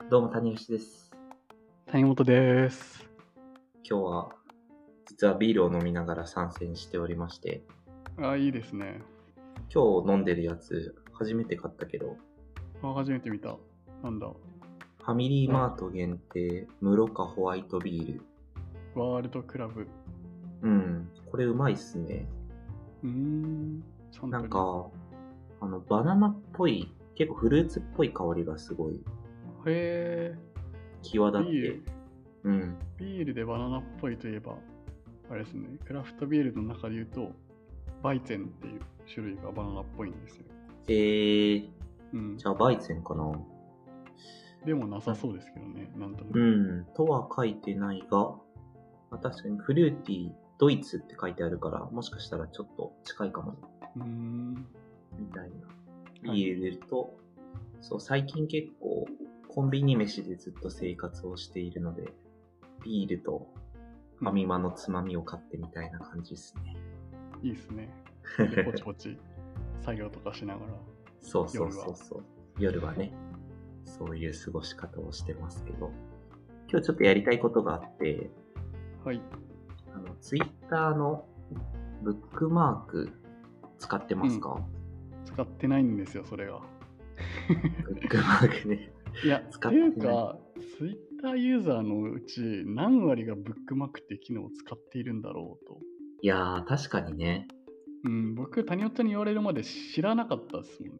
どうも谷吉です。 谷本です。 今日は実はビールを飲みながら参戦しておりまして、 いいですね。 今日飲んでるやつ初めて買ったけど、 初めて見た。なんだ。 ファミリーマート限定室賀ホワイトビール。 ワールドクラブ。 これうまいっすね。 サントリー。 なんかバナナっぽい、結構フルーツっぽい香りがすごいへ際立って、 ビールでバナナっぽいといえば、あれですね、クラフトビールの中で言うと、バイツェンっていう種類がバナナっぽいんですよ。 じゃあバイツェンかな。 でもなさそうですけどね、なんとなく。 とは書いてないが、確かにフルーティードイツって書いてあるから、もしかしたらちょっと近いかもね。みたいな。ビールと、そう、最近結構コンビニ飯でずっと生活をしているので、ビールとファミマのつまみを買ってみたいな感じですね。 いいですね。でポチポチ作業とかしながら。 そう。夜はね、そういう過ごし方をしてますけど、今日ちょっとやりたいことがあって、 はい。 ツイッターのブックマーク使ってますか？ 使ってないんですよ、それが。 ブックマークね。 いや、っていうか、ツイッターユーザーのうち何割がブックマークって機能を使っているんだろうと。 いやー、確かにね。 僕、谷尾ちゃんに言われるまで知らなかったですもん。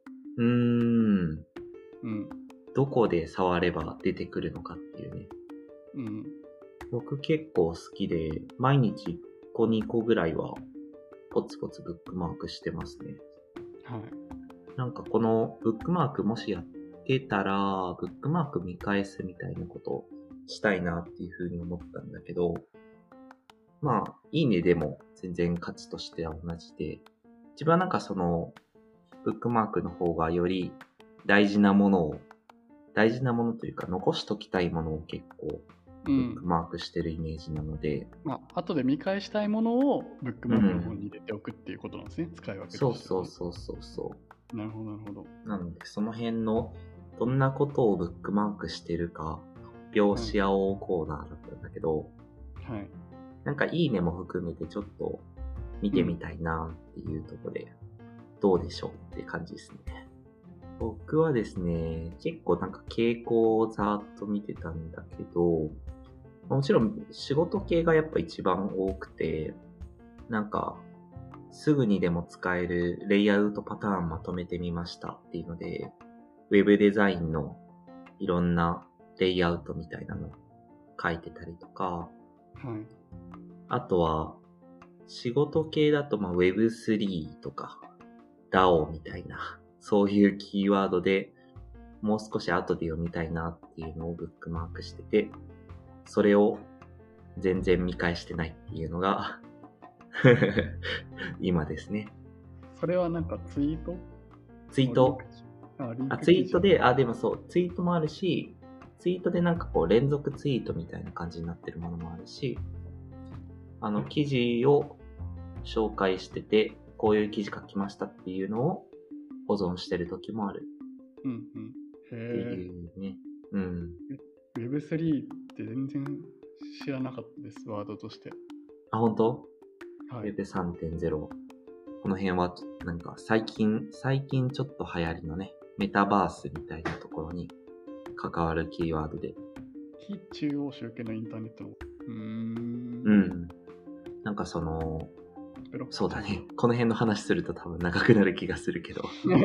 どこで触れば出てくるのかっていうね。僕結構好きで、毎日1個2個ぐらいはポツポツブックマークしてますね。 はい。 なんかこのブックマークもしやってたら、ブックマーク見返すみたいなことをしたいなっていうふうに思ったんだけど、まあ、いいねでも全然価値としては同じで、自分はなんかその、ブックマークの方がより大事なものというか残しときたいものを結構ブックマークしてるイメージなので、 後で見返したいものをブックマークの方に入れておくっていうことなんですね、使い分けとして、ね。 そう。 なるほど。 なのでその辺のどんなことをブックマークしてるか発表し合おうコーナーだったんだけど、なんかいいねも含めてちょっと見てみたいなっていうところで、どうでしょうって感じですね。僕はですね、結構なんか傾向をざーっと見てたんだけど、もちろん仕事系がやっぱ一番多くて、なんかすぐにでも使えるレイアウトパターンまとめてみましたっていうので、ウェブデザインのいろんなレイアウトみたいなの書いてたりとか、あとは仕事系だとWeb3 とか DAO みたいな、そういうキーワードでもう少し後で読みたいなっていうのをブックマークしてて、それを全然見返してないっていうのが今ですね。 それはなんかツイートツイートで、でもそう、ツイートもあるし、ツイートでなんかこう連続ツイートみたいな感じになってるものもあるし、記事を紹介してて、こういう記事書きましたっていうのを保存してる時もある。っていうね。 Web3 って全然知らなかったです、ワードとして。 本当？Web3.0。この辺はなんか最近ちょっと流行りのね、メタバースみたいなところに関わるキーワードで。 非中央集権のインターネットの。 なんかそうだね。この辺の話すると多分長くなる気がするけど。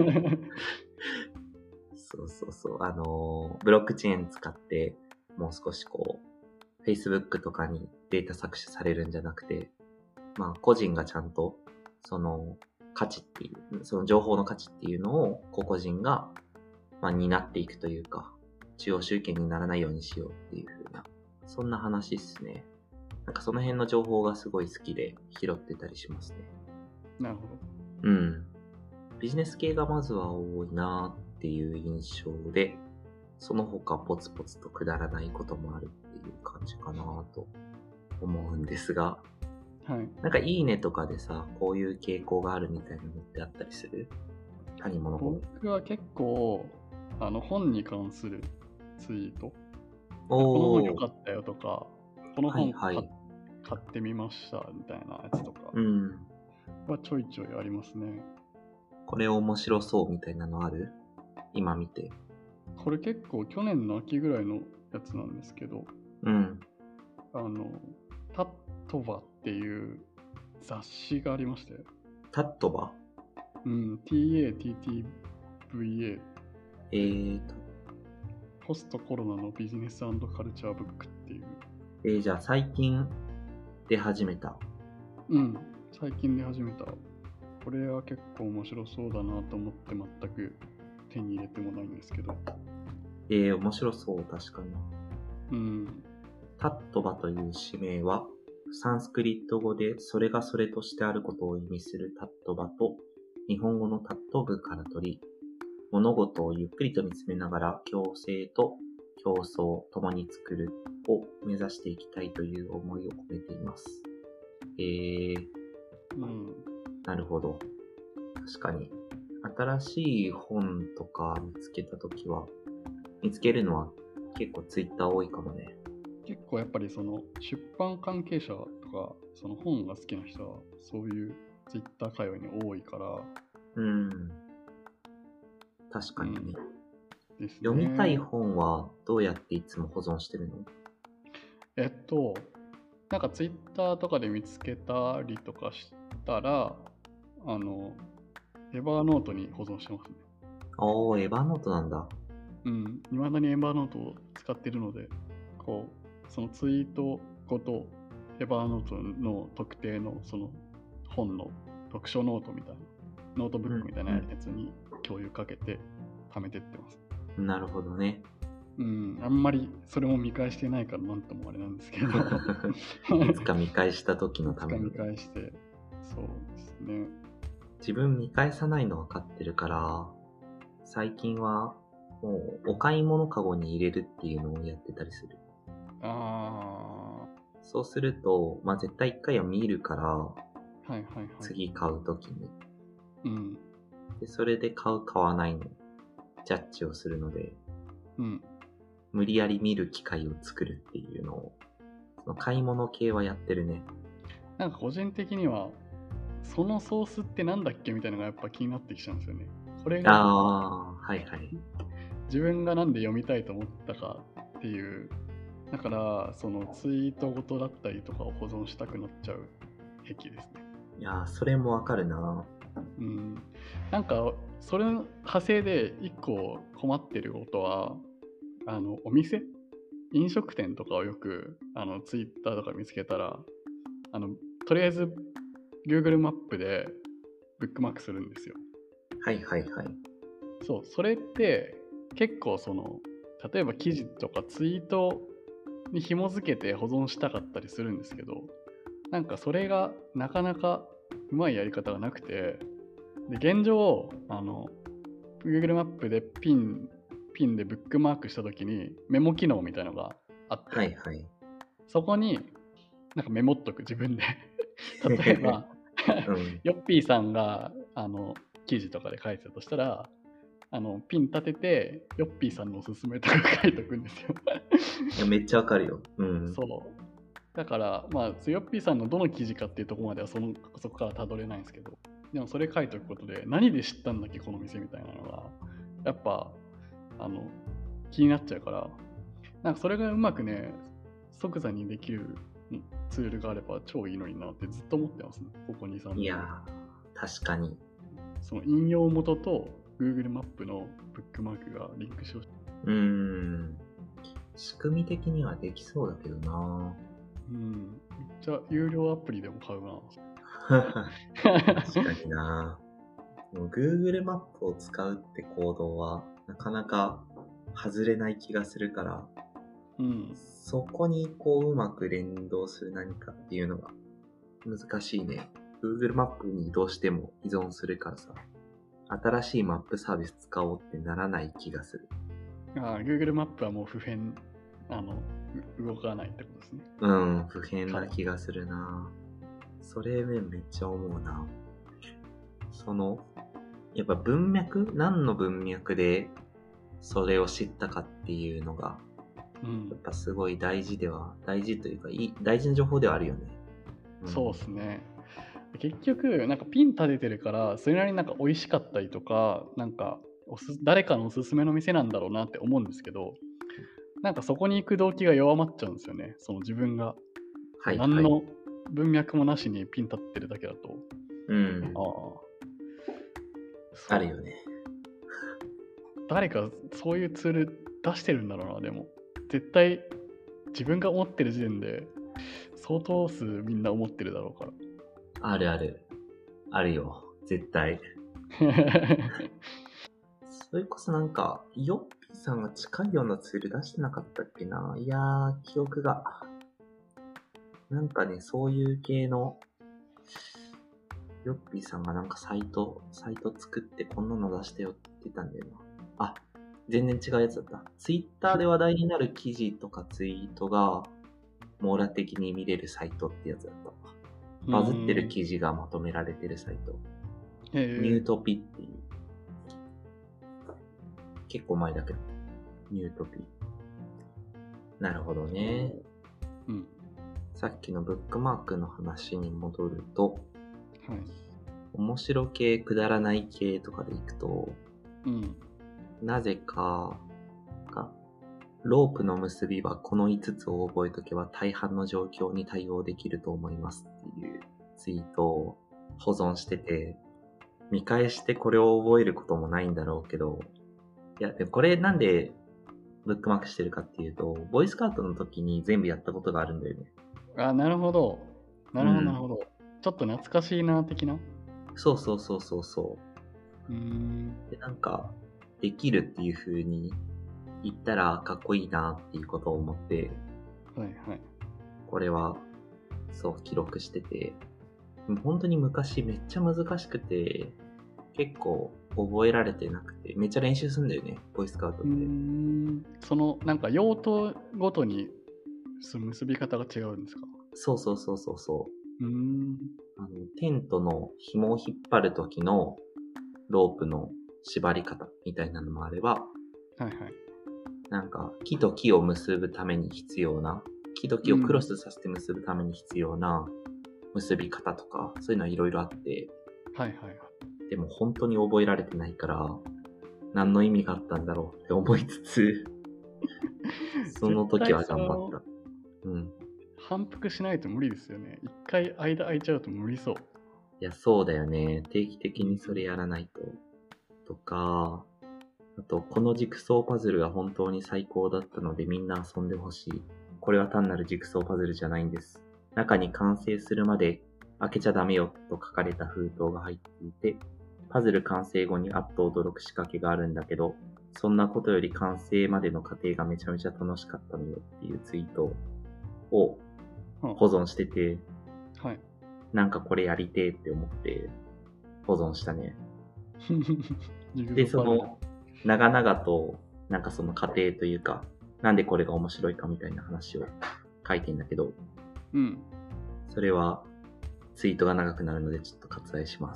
そう。ブロックチェーン使ってもう少しこう、Facebook とかにデータ搾取されるんじゃなくて、個人がちゃんとその価値っていう、その情報の価値っていうのを個々人が担っていくというか、中央集権にならないようにしようっていう風な、そんな話っすね。なんかその辺の情報がすごい好きで拾ってたりしますね。 なるほど。ビジネス系がまずは多いなっていう印象で、その他ポツポツとくだらないこともあるっていう感じかなと思うんですが、なんかいいねとかでさ、こういう傾向があるみたいなのってあったりする？ 僕は結構本に関するツイート。 おこの本ー良かったよとか、この本はいはい。 買ってみましたみたいなやつとかうん。 はちょいちょいありますね。 これ面白そうみたいなのある？今見て。 これ結構去年の秋ぐらいのやつなんですけど、 うん。 タットバっていう雑誌がありまして、 タットバ？ TATTVA、 と、 ポストコロナのビジネス&カルチャーブックっていう。 じゃあ最近出始めた。 最近出始めた。これは結構面白そうだなと思って全く手に入れてもないんですけど。 面白そう、確かに。タットバという地名は、サンスクリット語でそれがそれとしてあることを意味するタットバと、日本語のタットブから取り、物事をゆっくりと見つめながら共生と競争共に作るを目指していきたいという思いを込めています。なるほど。確かに。新しい本とか見つけたときは、見つけるのは結構ツイッター多いかもね。 結構やっぱりその出版関係者とか、その本が好きな人はそういうツイッター界隈に多いから。 確かにね。 ですね。 読みたい本はどうやっていつも保存してるの？ なんかツイッターとかで見つけたりとかしたら、エバーノートに保存してますね。 エバーノートなんだ。 未だにエバーノートを使ってるので、そのツイートごとエバーノートの特定のその本の読書ノートみたいな、ノートブックみたいなやつに共有かけて貯めてってます。 なるほどね。 あんまりそれも見返してないからなんともあれなんですけどいつか見返した時のために。 いつか見返して、そうですね。 自分見返さないの分かってるから、最近はもうお買い物カゴに入れるっていうのをやってたりする。そうすると、絶対一回は見るから、次買う時に。で、それで買う買わないのジャッジをするので、無理やり見る機会を作るっていうのを、その買い物系はやってるね。 なんか個人的にはそのソースってなんだっけみたいなのがやっぱ気になってきちゃうんですよね。これが自分がなんで読みたいと思ったかっていう。だからそのツイートごとだったりとかを保存したくなっちゃう癖ですね。 いやー、それもわかるな。 なんかそれの派生で一個困ってることは、お店、飲食店とかをよくツイッターとか見つけたら、とりあえず Google マップでブックマークするんですよ。そう、それって結構例えば記事とかツイートに紐付けて保存したかったりするんですけど、なんかそれがなかなかうまいやり方がなくて、で現状Google マップでピンでブックマークした時にメモ機能みたいなのがあって、そこになんかメモっとく、自分で例えばヨッピーさんが記事とかで書いてたとしたら、ピン立ててヨッピーさんのおすすめとか書いとくんですよいやめっちゃわかるよ。 そうだからヨッピーさんのどの記事かっていうところまではそこからたどれないんですけど、でもそれ書いとくことで何で知ったんだっけこの店みたいなのがやっぱ気になっちゃうから、なんかそれがうまくね即座にできるツールがあれば超いいのになってずっと思ってますね、ここ 2,3 年。 いや確かにその引用元と Google マップのブックマークがリンクしよう。 仕組み的にはできそうだけどな。 めっちゃ有料アプリでも買うな。 確かにな。Google マップを使うって行動はなかなか外れない気がするから、そこにうまく連動する何かっていうのが難しいね。Google マップにどうしても依存するからさ、新しいマップサービス使おうってならない気がする。 Google マップはもう不変、動かないってことですね。 不変な気がするな。それめっちゃ思うな。やっぱ文脈、何の文脈でそれを知ったかっていうのが、やっぱすごい大事というか、大事な情報ではあるよね。 そうですね。結局、なんかピン立ててるから、それなりになんか美味しかったりとか、なんか誰かのおすすめの店なんだろうなって思うんですけど、なんかそこに行く動機が弱まっちゃうんですよね。その自分が何の文脈もなしにピン立ってるだけだと。 あるよね。 誰かそういうツール出してるんだろうな。でも絶対自分が思ってる時点で相当数みんな思ってるだろうから。 あるよ、絶対。それこそなんか、ヨッピーさんが近いようなツール出してなかったっけな。いやー、記憶が。なんかね、そういう系の、ヨッピーさんがなんかサイト作ってこんなの出してよって言ってたんだよな。あ、全然違うやつだった。ツイッターで話題になる記事とかツイートが、網羅的に見れるサイトってやつだった。バズってる記事がまとめられてるサイト。ニュートピっていう。結構前だけど。ニュートピ。なるほどね。さっきのブックマークの話に戻ると、面白系、くだらない系とかでいくと、なぜか、ロープの結びはこの5つを覚えとけば大半の状況に対応できると思いますっていうツイートを保存してて、見返してこれを覚えることもないんだろうけど、いや、でもこれなんでブックマークしてるかっていうと、ボーイスカウトの時に全部やったことがあるんだよね。 あ、なるほど。なるほど。ちょっと懐かしいな、的な。 そう。で、なんか、できるっていう風に言ったらかっこいいなっていうことを思って、これは、記録してて、本当に昔めっちゃ難しくて、結構覚えられてなくて、めっちゃ練習するんだよね、ボイスカウトって。 その、なんか用途ごとに結び方が違うんですか？ そう。テントの紐を引っ張る時のロープの縛り方みたいなのもあれば、なんか木と木を結ぶために必要な、木と木をクロスさせて結ぶために必要な結び方とか、そういうのはいろいろあって、でも本当に覚えられてないから、何の意味があったんだろうって思いつつ、その時は頑張った。 反復しないと無理ですよね。一回間空いちゃうと無理そう。 いや、そうだよね。定期的にそれやらないと。とか、あと、このジグソーパズルが本当に最高だったのでみんな遊んでほしい。これは単なるジグソーパズルじゃないんです。中に完成するまで開けちゃダメよと書かれた封筒が入っていて、パズル完成後にあっと驚く仕掛けがあるんだけど、そんなことより完成までの過程がめちゃめちゃ楽しかったのよっていうツイートを保存してて、なんかこれやりてーって思って保存したね。で、その長々となんかその過程というか、なんでこれが面白いかみたいな話を書いてんだけど、それはツイートが長くなるのでちょっと割愛します。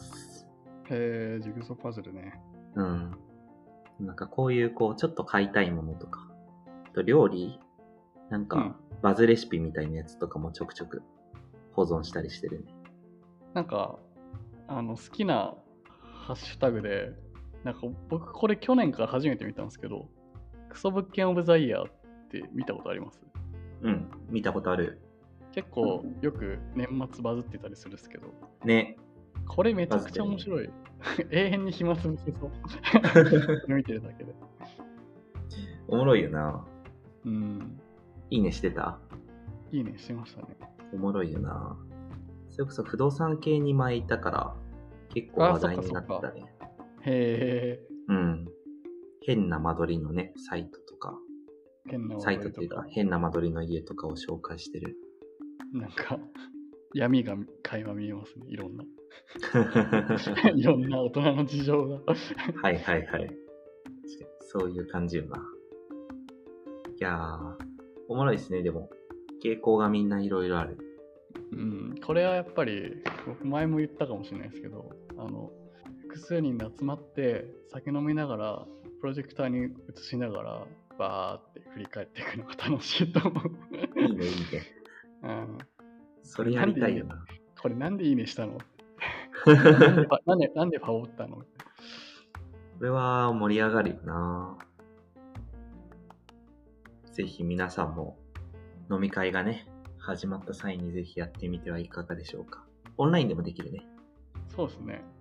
へー、ジグソーパズルね。 なんかこういうちょっと買いたいものとか、あと料理なんかバズレシピみたいなやつとかもちょくちょく保存したりしてるね。 なんか好きなハッシュタグで、なんか僕これ去年から初めて見たんですけど、クソ物件オブザイヤーって見たことあります？ 見たことある。 結構よく年末バズってたりするんですけど。 ね。 これめちゃくちゃ面白い。永遠に暇つぶせそう。見てるだけで。 おもろいよな。いいねしてた？ いいねしてましたね。 おもろいよな。それこそ不動産系に前いたから結構話題になったね。 へー。変な間取りのね、サイトとか。サイトというか変な間取りの家とかを紹介してる。 なんか闇が垣間見えますね、いろんな。いろんな大人の事情が。 はい。そういう感じよな。いやー、おもろいですね、でも。傾向がみんないろいろある。 これはやっぱり、僕前も言ったかもしれないですけど、複数人で集まって酒飲みながらプロジェクターに映しながらバーって振り返っていくのが楽しいと思う。 いいね、いいね。 うん。 それやりたいよな。 これなんでいいねしたのなんでファボったの。これは盛り上がるよな。ぜひ皆さんも飲み会がね、始まった際にぜひやってみてはいかがでしょうか。オンラインでもできるね。 そうですね。